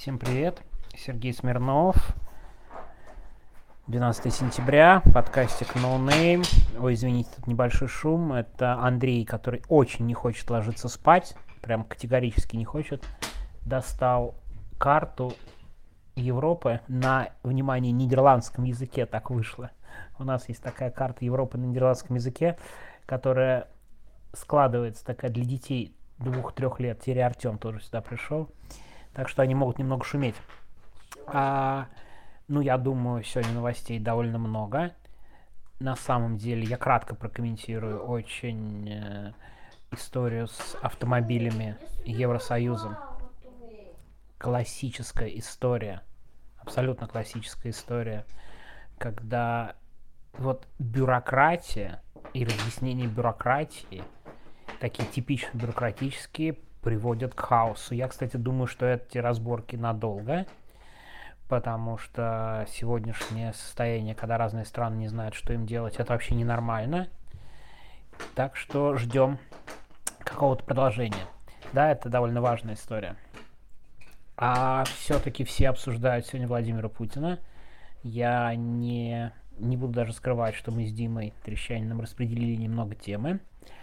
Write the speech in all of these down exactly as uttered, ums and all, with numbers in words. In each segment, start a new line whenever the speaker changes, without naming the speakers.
Всем привет, Сергей Смирнов, двенадцатое сентября, подкастик No Name. Ой, извините, тут небольшой шум. Это Андрей, который очень не хочет ложиться спать, прям категорически не хочет. Достал карту Европы на, внимание, нидерландском языке, так вышло. У нас есть такая карта Европы на нидерландском языке, которая складывается такая для детей двух-трех лет. Теперь Артем тоже сюда пришел. Так что они могут немного шуметь. А, ну, я думаю, сегодня новостей довольно много. На самом деле, я кратко прокомментирую очень э, историю с автомобилями Евросоюзом. Классическая история. Абсолютно классическая история. Когда вот бюрократия и разъяснение бюрократии, такие типично бюрократические, приводят к хаосу. Я, кстати, думаю, что эти разборки надолго, потому что сегодняшнее состояние, когда разные страны не знают, что им делать, это вообще ненормально. Так что ждем какого-то продолжения. Да, это довольно важная история. А все-таки все обсуждают сегодня Владимира Путина. Я не, не буду даже скрывать, что мы с Димой Трещаниным распределили немного темы.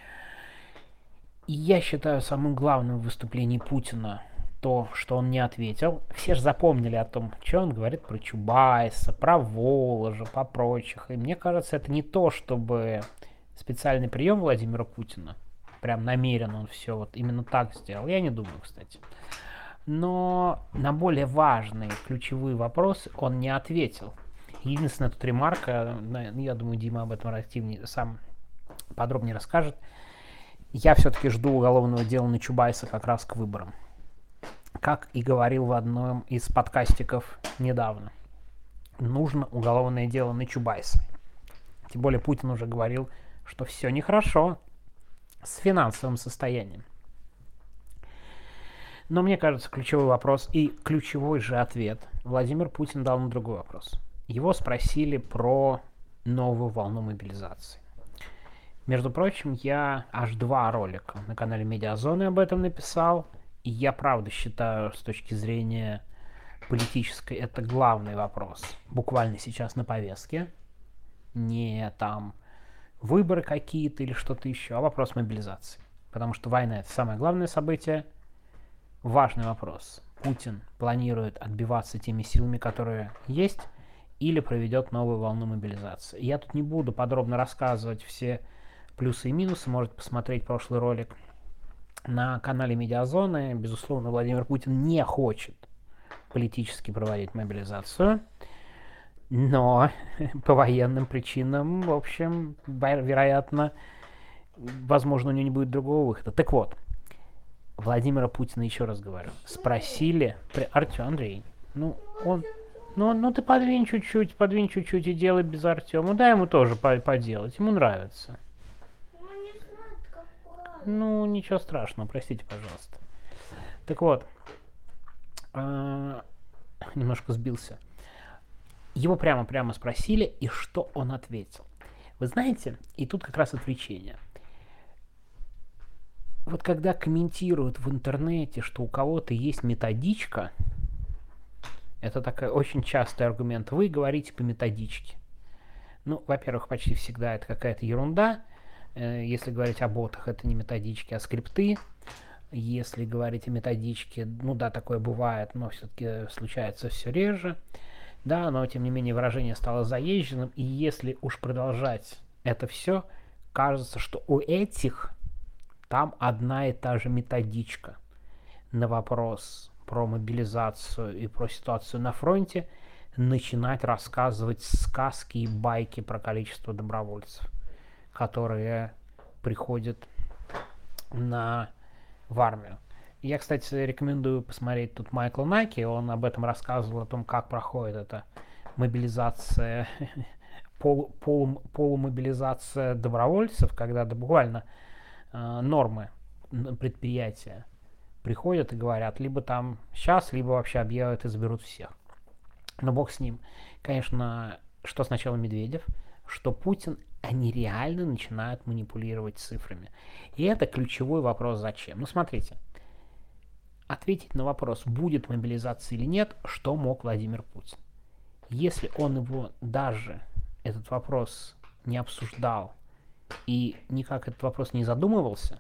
И я считаю самым главным в выступлении Путина то, что он не ответил. Все же запомнили о том, что он говорит про Чубайса, про Воложа, про прочих. И мне кажется, это не то, чтобы специальный прием Владимира Путина. Прям намеренно он все вот именно так сделал. Я не думаю, кстати. Но на более важные ключевые вопросы он не ответил. Единственная тут ремарка, я думаю, Дима об этом активнее, сам подробнее расскажет. Я все-таки жду уголовного дела на Чубайса как раз к выборам. Как и говорил в одном из подкастиков недавно. Нужно уголовное дело на Чубайса. Тем более Путин уже говорил, что все нехорошо с финансовым состоянием. Но мне кажется, ключевой вопрос и ключевой же ответ Владимир Путин дал на другой вопрос. Его спросили про новую волну мобилизации. Между прочим, я аж два ролика на канале Медиазоны об этом написал. И я правда считаю, с точки зрения политической, это главный вопрос. Буквально сейчас на повестке. Не там выборы какие-то или что-то еще, а вопрос мобилизации. Потому что война — это самое главное событие. Важный вопрос. Путин планирует отбиваться теми силами, которые есть, или проведет новую волну мобилизации. Я тут не буду подробно рассказывать все плюсы и минусы, можете посмотреть прошлый ролик на канале Медиазоны. Безусловно, Владимир Путин не хочет политически проводить мобилизацию, но по военным причинам, в общем, вероятно, возможно, у него не будет другого выхода. Так вот, Владимира Путина, еще раз говорю, спросили, Артем, Андрей, ну, он, ну, ну ты подвинь чуть-чуть, подвинь чуть-чуть и делай без Артема, дай ему тоже поделать, ему нравится. Ну, ничего страшного, простите, пожалуйста. Так вот, э, немножко сбился. Его прямо-прямо спросили, и что он ответил. Вы знаете, и тут как раз отвлечение. Вот когда комментируют в интернете, что у кого-то есть методичка, это такой очень частый аргумент. Вы говорите по методичке. Ну, во-первых, почти всегда это какая-то ерунда. Если говорить о ботах, это не методички, а скрипты. Если говорить о методичке, ну да, такое бывает, но все-таки случается все реже. Да, но тем не менее выражение стало заезженным. И если уж продолжать это все, кажется, что у этих там одна и та же методичка на вопрос про мобилизацию и про ситуацию на фронте начинать рассказывать сказки и байки про количество добровольцев, которые приходят на, в армию. Я, кстати, рекомендую посмотреть тут Майкла Наки, он об этом рассказывал, о том, как проходит эта мобилизация, полу, полу, полумобилизация добровольцев, когда буквально э, нормы предприятия приходят и говорят, либо там сейчас, либо вообще объявят и заберут всех. Но бог с ним. Конечно, что сначала Медведев, что Путин, они реально начинают манипулировать цифрами. И это ключевой вопрос, зачем. Ну, смотрите. ответить на вопрос, будет мобилизация или нет, что мог Владимир Путин. Если он его даже, этот вопрос, не обсуждал и никак этот вопрос не задумывался,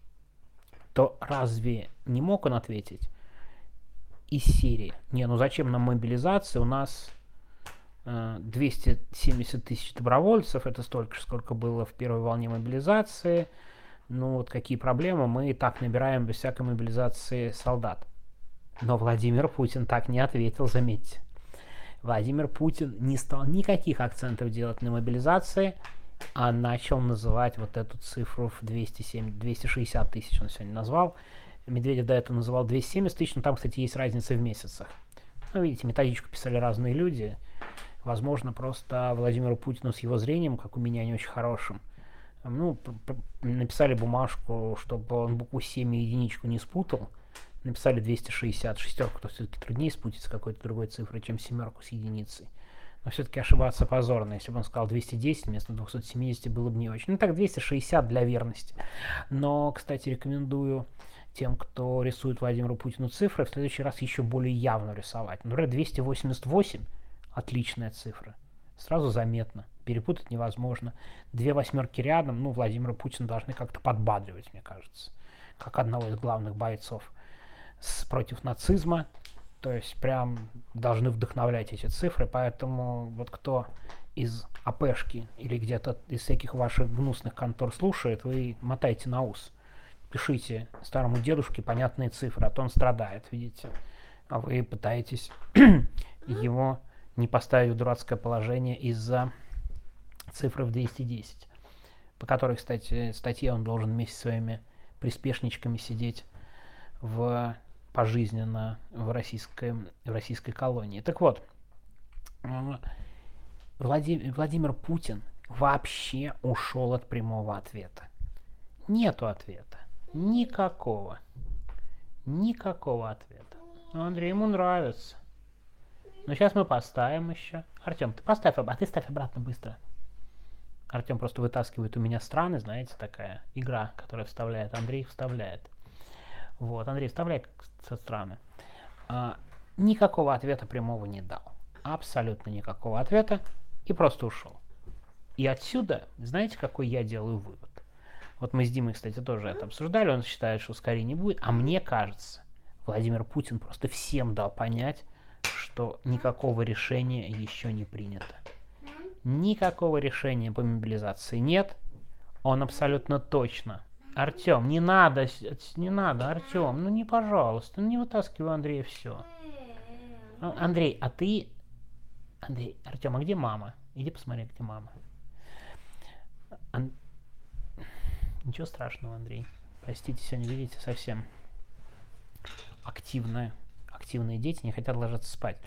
то разве не мог он ответить из серии: не, ну зачем нам мобилизация, у нас э, двести семьдесят тысяч добровольцев, это столько же, сколько было в первой волне мобилизации, ну вот какие проблемы, мы и так набираем без всякой мобилизации солдат. Но Владимир Путин так не ответил, заметьте. Владимир Путин не стал никаких акцентов делать на мобилизации, а начал называть вот эту цифру в двести семь, двести шестьдесят тысяч он сегодня назвал. Медведев до этого называл двести семьдесят тысяч, но там, кстати, есть разница в месяцах. Ну, видите, методичку писали разные люди. Возможно, просто Владимиру Путину с его зрением, как у меня, не очень хорошим, ну, написали бумажку, чтобы он букву семь и единичку не спутал. Написали двести шестьдесят, шестерку, то все-таки труднее спутать с какой-то другой цифрой, чем семерку с единицей. Но все-таки ошибаться позорно. Если бы он сказал двести десять вместо двухсот семидесяти, было бы не очень. Ну так, двести шестьдесят для верности. Но, кстати, рекомендую тем, кто рисует Владимиру Путину цифры, в следующий раз еще более явно рисовать. Например, двести восемьдесят восемь – отличная цифра. Сразу заметно. Перепутать невозможно. Две восьмерки рядом, ну, Владимира Путина должны как-то подбадривать, мне кажется. Как одного из главных бойцов с, против нацизма. То есть прям должны вдохновлять эти цифры. Поэтому вот кто из АПшки или где-то из всяких ваших гнусных контор слушает, вы мотайте на ус. Пишите старому дедушке понятные цифры, а то он страдает, видите. А вы пытаетесь его не поставить в дурацкое положение из-за цифры в двести десять, по которой, кстати, статье он должен вместе с своими приспешничками сидеть в, пожизненно в российской, в российской колонии. Так вот, Владимир, Владимир Путин вообще ушел от прямого ответа. Нету ответа. Никакого. Никакого ответа. Но Андрей ему нравится. Но сейчас мы поставим еще. Артем, ты поставь обратно, а ты ставь обратно быстро. Артем просто вытаскивает у меня страны, знаете, такая игра, которая вставляет. Андрей вставляет. Вот, Андрей, вставляй со страны. А, никакого ответа прямого не дал. Абсолютно никакого ответа. И просто ушел. И отсюда, знаете, какой я делаю вывод? Вот мы с Димой, кстати, тоже это обсуждали. Он считает, что скорее не будет. А мне кажется, Владимир Путин просто всем дал понять, что никакого решения еще не принято. Никакого решения по мобилизации нет. Он абсолютно точно. Артем, не надо, не надо, Артем, ну не, пожалуйста, ну не вытаскивай Андрея все. Андрей, а ты... Андрей, Артем, а где мама? Иди посмотри, где мама. Ан... Ничего страшного, Андрей. Простите, сегодня, видите, совсем активные, активные дети не хотят ложиться спать.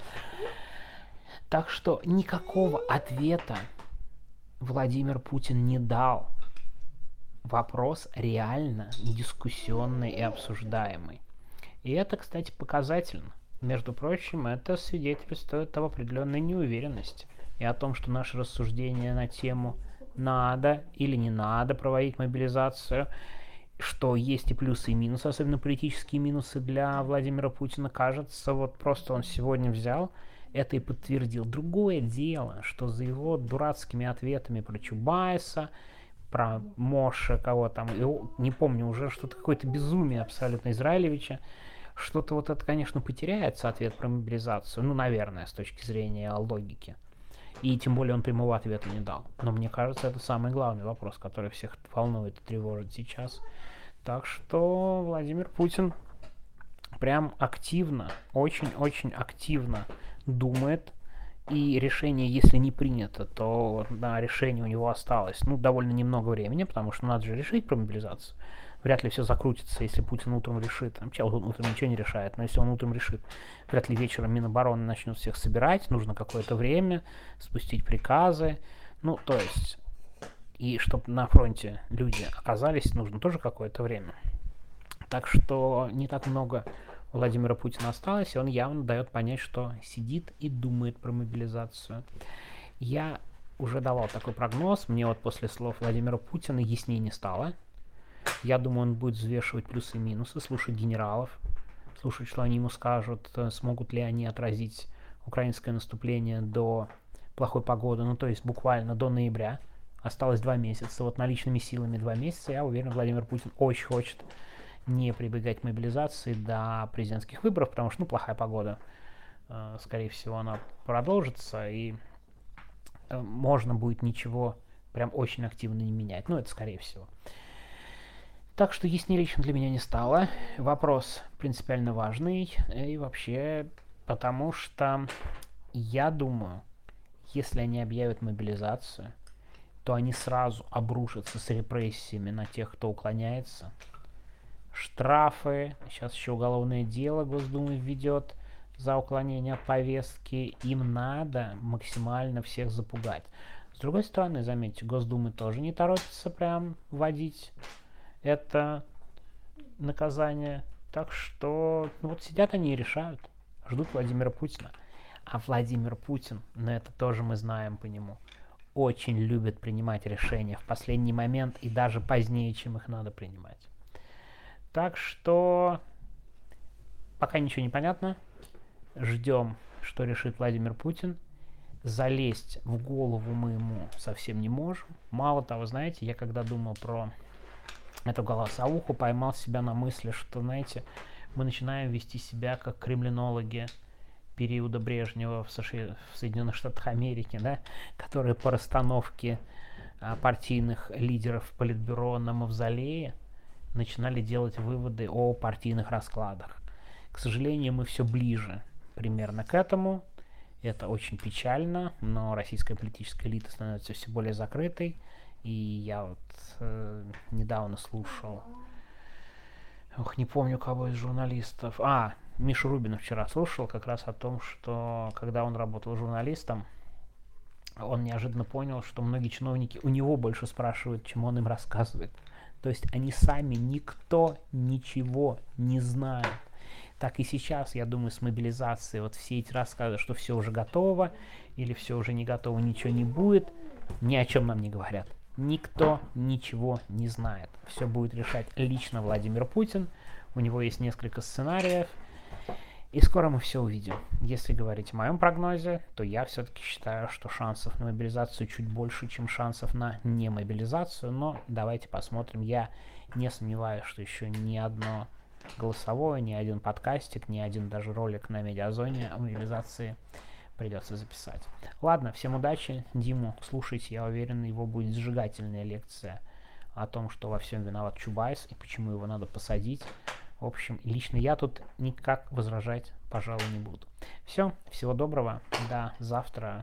Так что никакого ответа Владимир Путин не дал. Вопрос реально дискуссионный и обсуждаемый. И это, кстати, показательно. Между прочим, это свидетельствует об определенной неуверенности и о том, что наши рассуждения на тему надо или не надо проводить мобилизацию, что есть и плюсы, и минусы, особенно политические минусы для Владимира Путина, кажется, вот просто он сегодня взял это и подтвердил. Другое дело, что за его дурацкими ответами про Чубайса, про Моше, кого там, не помню уже, что-то какое-то безумие абсолютно Израилевича, что-то вот это, конечно, потеряется, ответ про мобилизацию, ну, наверное, с точки зрения логики. И тем более он прямого ответа не дал. Но мне кажется, это самый главный вопрос, который всех волнует и тревожит сейчас. Так что Владимир Путин прям активно, очень-очень активно думает. И решение, если не принято, то на решение у него осталось, ну, довольно немного времени, потому что надо же решить про мобилизацию. Вряд ли все закрутится, если Путин утром решит. Вообще он утром ничего не решает, но если он утром решит, вряд ли вечером Минобороны начнут всех собирать, нужно какое-то время, спустить приказы. Ну, то есть, и чтобы на фронте люди оказались, нужно тоже какое-то время. Так что не так много у Владимира Путина осталось, и он явно дает понять, что сидит и думает про мобилизацию. Я уже давал такой прогноз, мне вот после слов Владимира Путина яснее не стало. Я думаю, он будет взвешивать плюсы и минусы, слушать генералов, слушать, что они ему скажут, смогут ли они отразить украинское наступление до плохой погоды, ну то есть буквально до ноября. Осталось два месяца, вот наличными силами два месяца, я уверен, Владимир Путин очень хочет не прибегать к мобилизации до президентских выборов, потому что, ну, плохая погода, скорее всего, она продолжится, и можно будет ничего прям очень активно не менять, ну, это скорее всего. Так что яснее лично для меня не стало. Вопрос принципиально важный, и вообще, потому что я думаю, если они объявят мобилизацию, то они сразу обрушатся с репрессиями на тех, кто уклоняется. Штрафы, сейчас еще уголовное дело Госдума введет за уклонение от повестки. Им надо максимально всех запугать. С другой стороны, заметьте, Госдумы тоже не торопится прям вводить это наказание. Так что, ну вот сидят они и решают, ждут Владимира Путина. А Владимир Путин, ну это тоже мы знаем по нему, очень любит принимать решения в последний момент и даже позднее, чем их надо принимать. Так что пока ничего не понятно. Ждем, что решит Владимир Путин. Залезть в голову мы ему совсем не можем. Мало того, знаете, я когда думал про эту голосовуху, поймал себя на мысли, что, знаете, мы начинаем вести себя как кремлинологи периода Брежнева в, США, в Соединенных Штатах Америки, да, которые по расстановке а, партийных лидеров Политбюро на Мавзолее начинали делать выводы о партийных раскладах. К сожалению, мы все ближе примерно к этому. Это очень печально, но российская политическая элита становится все более закрытой. И я вот э, недавно слушал, ох, не помню кого из журналистов, а, Мишу Рубина вчера слушал как раз о том, что когда он работал журналистом, он неожиданно понял, что многие чиновники у него больше спрашивают, чем он им рассказывает. То есть они сами, никто ничего не знает. Так и сейчас, я думаю, с мобилизацией, вот все эти рассказы, что все уже готово, или все уже не готово, ничего не будет, ни о чем нам не говорят. Никто ничего не знает. Все будет решать лично Владимир Путин. У него есть несколько сценариев. И скоро мы все увидим. Если говорить о моем прогнозе, то я все-таки считаю, что шансов на мобилизацию чуть больше, чем шансов на немобилизацию. Но давайте посмотрим. Я не сомневаюсь, что еще ни одно голосовое, ни один подкастик, ни один даже ролик на Медиазоне о мобилизации придется записать. Ладно, всем удачи. Диму слушайте, я уверен, его будет зажигательная лекция о том, что во всем виноват Чубайс и почему его надо посадить. В общем, лично я тут никак возражать, пожалуй, не буду. Все, всего доброго, до завтра.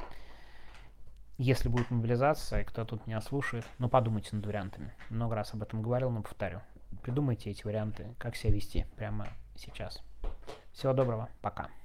Если будет мобилизация, кто тут меня слушает, ну подумайте над вариантами. Много раз об этом говорил, но повторю. Придумайте эти варианты, как себя вести прямо сейчас. Всего доброго, пока.